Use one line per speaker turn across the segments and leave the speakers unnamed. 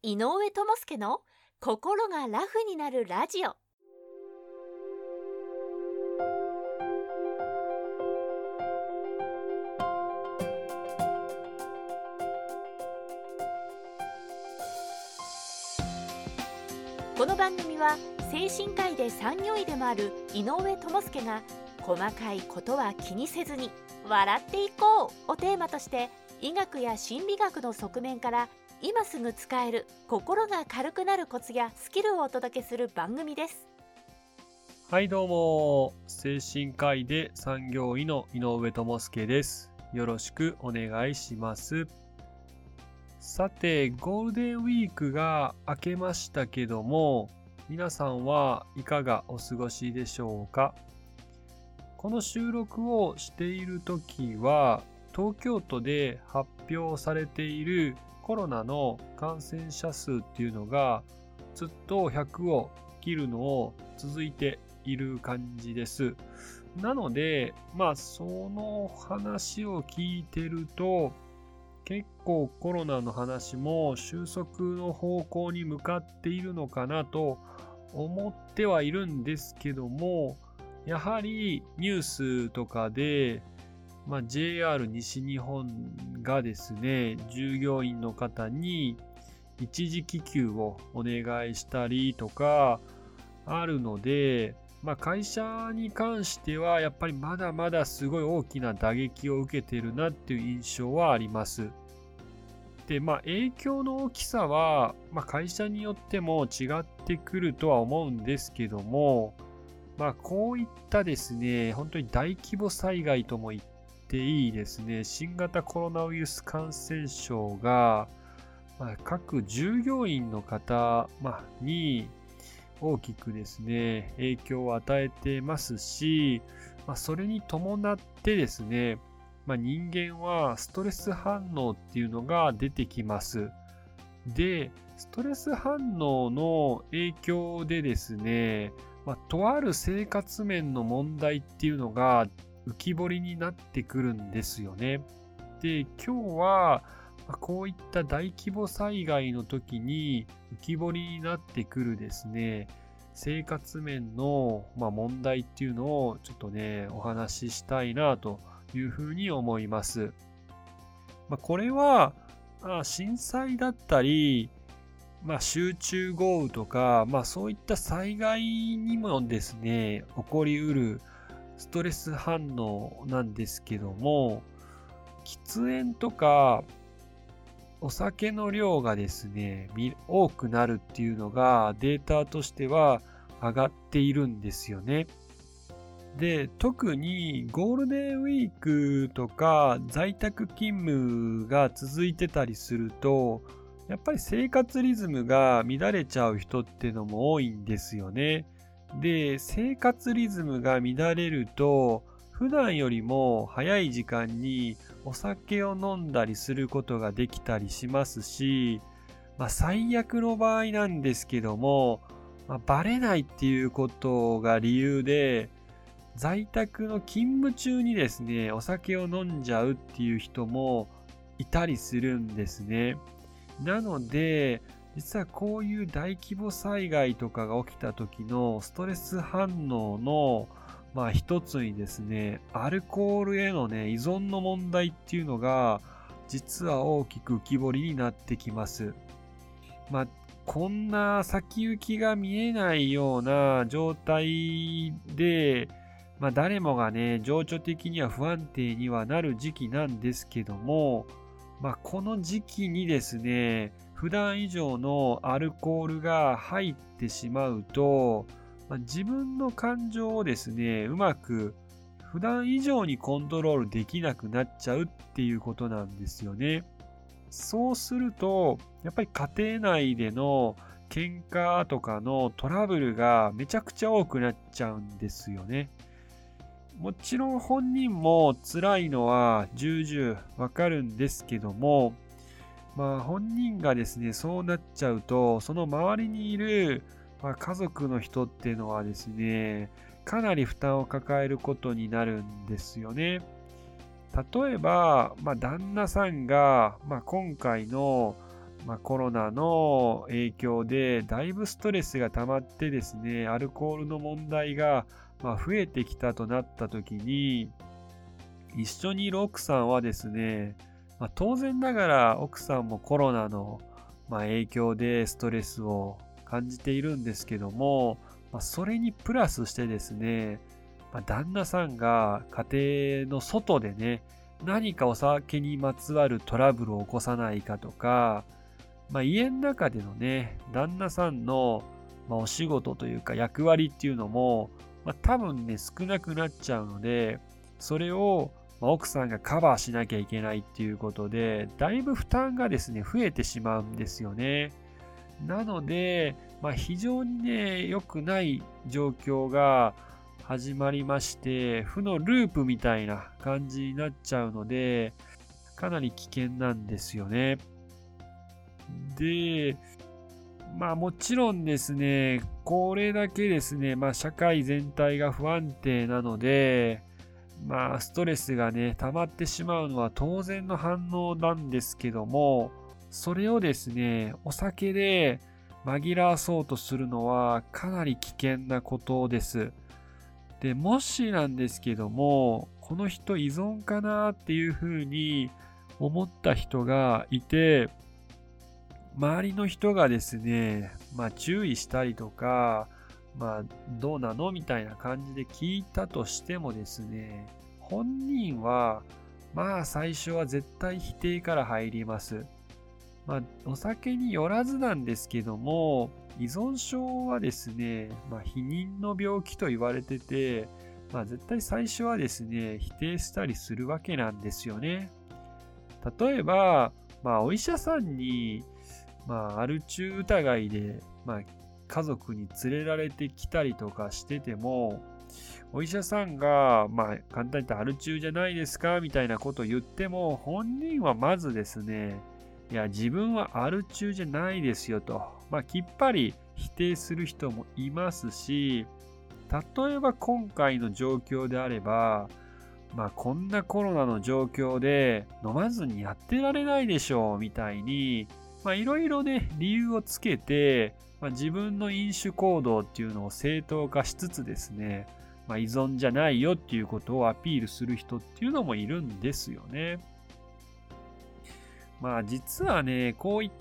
井上智介の心がラフになるラジオ。この番組は精神科医で産業医でもある井上智介が細かいことは気にせずに笑っていこうをテーマとして、医学や心理学の側面から今すぐ使える心が軽くなるコツやスキルをお届けする番組です。
はい、どうも精神科医で産業医の井上智介です。よろしくお願いします。さて、ゴールデンウィークが明けましたけども、皆さんはいかがお過ごしでしょうか。この収録をしている時は、東京都で発表されているコロナの感染者数っていうのがずっと100を切るのを続いている感じです。なので、その話を聞いてると、結構コロナの話も収束の方向に向かっているのかなと思ってはいるんですけども、やはりニュースとかで、JR 西日本がですね、従業員の方に一時帰休をお願いしたりとかあるので、会社に関してはやっぱりまだまだすごい大きな打撃を受けているなっていう印象はあります。で、影響の大きさは、会社によっても違ってくるとは思うんですけども、こういったですね、本当に大規模災害とも言っていいですね、新型コロナウイルス感染症が、各従業員の方、に大きくですね、影響を与えてますし、それに伴ってですね、人間はストレス反応っていうのが出てきます。で、ストレス反応の影響でですね、とある生活面の問題っていうのが浮き彫りになってくるんですよね。で、今日はこういった大規模災害の時に浮き彫りになってくるですね、生活面の問題っていうのをちょっとね、お話ししたいなというふうに思います。これは震災だったり、集中豪雨とか、そういった災害にもですね、起こりうるストレス反応なんですけども、喫煙とかお酒の量がですね、多くなるっていうのがデータとしては上がっているんですよね。で、特にゴールデンウィークとか在宅勤務が続いてたりすると、やっぱり生活リズムが乱れちゃう人っていうのも多いんですよね。で、生活リズムが乱れると、普段よりも早い時間にお酒を飲んだりすることができたりしますし、最悪の場合なんですけども、バレないっていうことが理由で、在宅の勤務中にですね、お酒を飲んじゃうっていう人もいたりするんですね。なので、実はこういう大規模災害とかが起きた時のストレス反応の一つにですね、アルコールへのね、依存の問題っていうのが実は大きく浮き彫りになってきます。こんな先行きが見えないような状態で、誰もがね、情緒的には不安定にはなる時期なんですけども、この時期にですね、普段以上のアルコールが入ってしまうと、自分の感情をですね、うまく普段以上にコントロールできなくなっちゃうっていうことなんですよね。そうすると、やっぱり家庭内での喧嘩とかのトラブルがめちゃくちゃ多くなっちゃうんですよね。もちろん本人も辛いのは重々わかるんですけども、本人がですね、そうなっちゃうと、その周りにいる、家族の人っていうのはですね、かなり負担を抱えることになるんですよね。例えば、旦那さんが、今回の、 コロナの影響でだいぶストレスが溜まってですね、アルコールの問題が増えてきたとなった時に、一緒にいる奥さんはですね、当然ながら奥さんもコロナの影響でストレスを感じているんですけども、それにプラスしてですね、旦那さんが家庭の外でね、何かお酒にまつわるトラブルを起こさないかとか、家の中でのね、旦那さんの、お仕事というか役割っていうのも、多分ね、少なくなっちゃうので、それを、奥さんがカバーしなきゃいけないっていうことで、だいぶ負担がですね、増えてしまうんですよね。なので、非常にね、良くない状況が始まりまして、負のループみたいな感じになっちゃうので、かなり危険なんですよね。で、もちろんですね、これだけですね、社会全体が不安定なので、ストレスがね、溜まってしまうのは当然の反応なんですけども、それをですね、お酒で紛らわそうとするのはかなり危険なことです。で、もしなんですけども、この人依存かなっていうふうに思った人がいて、周りの人がですね、注意したりとか、どうなのみたいな感じで聞いたとしてもですね、本人は、最初は絶対否定から入ります。お酒によらずなんですけども、依存症はですね、避妊の病気と言われてて、絶対最初はですね、否定したりするわけなんですよね。例えば、お医者さんに、アル中疑いで、家族に連れられてきたりとかしてても、お医者さんが、簡単に言ってアル中じゃないですかみたいなことを言っても、本人はまずですね、いや、自分はアル中じゃないですよと、きっぱり否定する人もいますし、例えば今回の状況であれば、こんなコロナの状況で飲まずにやってられないでしょうみたいに、いろいろね、理由をつけて、自分の飲酒行動っていうのを正当化しつつですね、依存じゃないよっていうことをアピールする人っていうのもいるんですよね。実はね、こういった、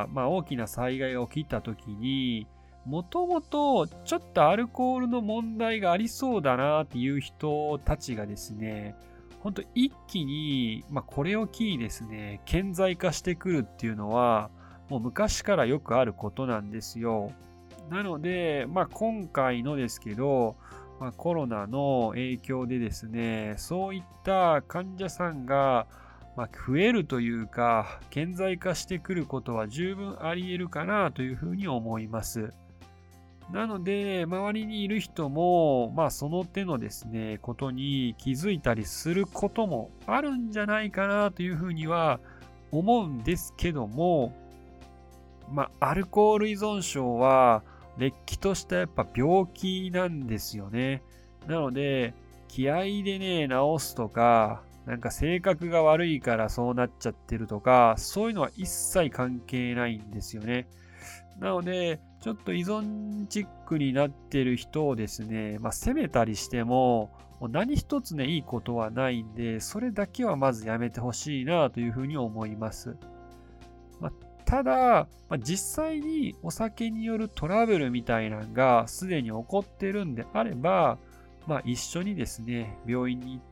大きな災害が起きた時に、もともとちょっとアルコールの問題がありそうだなっていう人たちがですね、本当一気に、これを機にですね、顕在化してくるっていうのは、もう昔からよくあることなんですよ。なので、今回のですけど、コロナの影響でですね、そういった患者さんが、増えるというか、顕在化してくることは十分あり得るかなというふうに思います。なので、周りにいる人も、その手のですね、ことに気づいたりすることもあるんじゃないかなというふうには思うんですけども、アルコール依存症は、れっきとしたやっぱ病気なんですよね。なので、気合でね、治すとか、なんか性格が悪いからそうなっちゃってるとか、そういうのは一切関係ないんですよね。なので、ちょっと依存チックになってる人をですね、責めたりしても、何一つね、いいことはないんで、それだけはまずやめてほしいなというふうに思います。ただ、実際にお酒によるトラブルみたいなのがすでに起こってるんであれば、一緒にですね、病院に行って、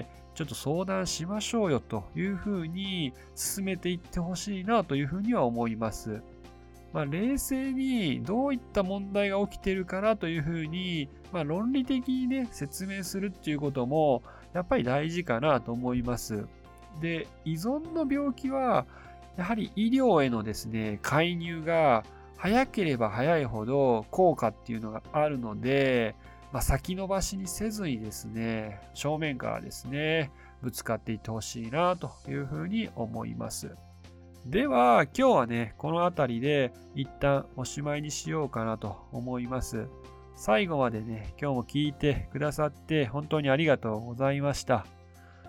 ちょっと相談しましょうよというふうに進めていってほしいなというふうには思います。冷静にどういった問題が起きているかなというふうに、論理的にね、説明するっていうことも、やっぱり大事かなと思います。で、依存の病気は、やはり医療へのですね、介入が早ければ早いほど効果っていうのがあるので、先延ばしにせずにですね、正面からですね、ぶつかっていってほしいなというふうに思います。では、今日はね、この辺りで一旦おしまいにしようかなと思います。最後までね、今日も聞いてくださって本当にありがとうございました。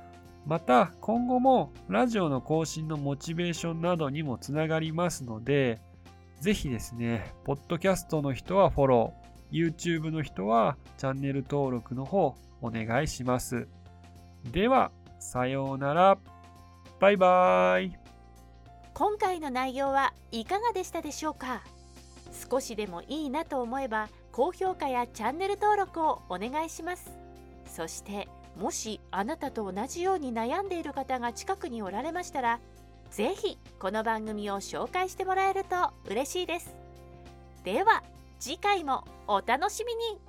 また今後もラジオの更新のモチベーションなどにもつながりますので、ぜひですね、ポッドキャストの人はフォロー、YouTube の人はチャンネル登録の方お願いします。では、さようなら。バイバイ。
今回の内容はいかがでしたでしょうか？少しでもいいなと思えば高評価やチャンネル登録をお願いします。そしてもしあなたと同じように悩んでいる方が近くにおられましたら、ぜひこの番組を紹介してもらえると嬉しいです。では次回もお楽しみに。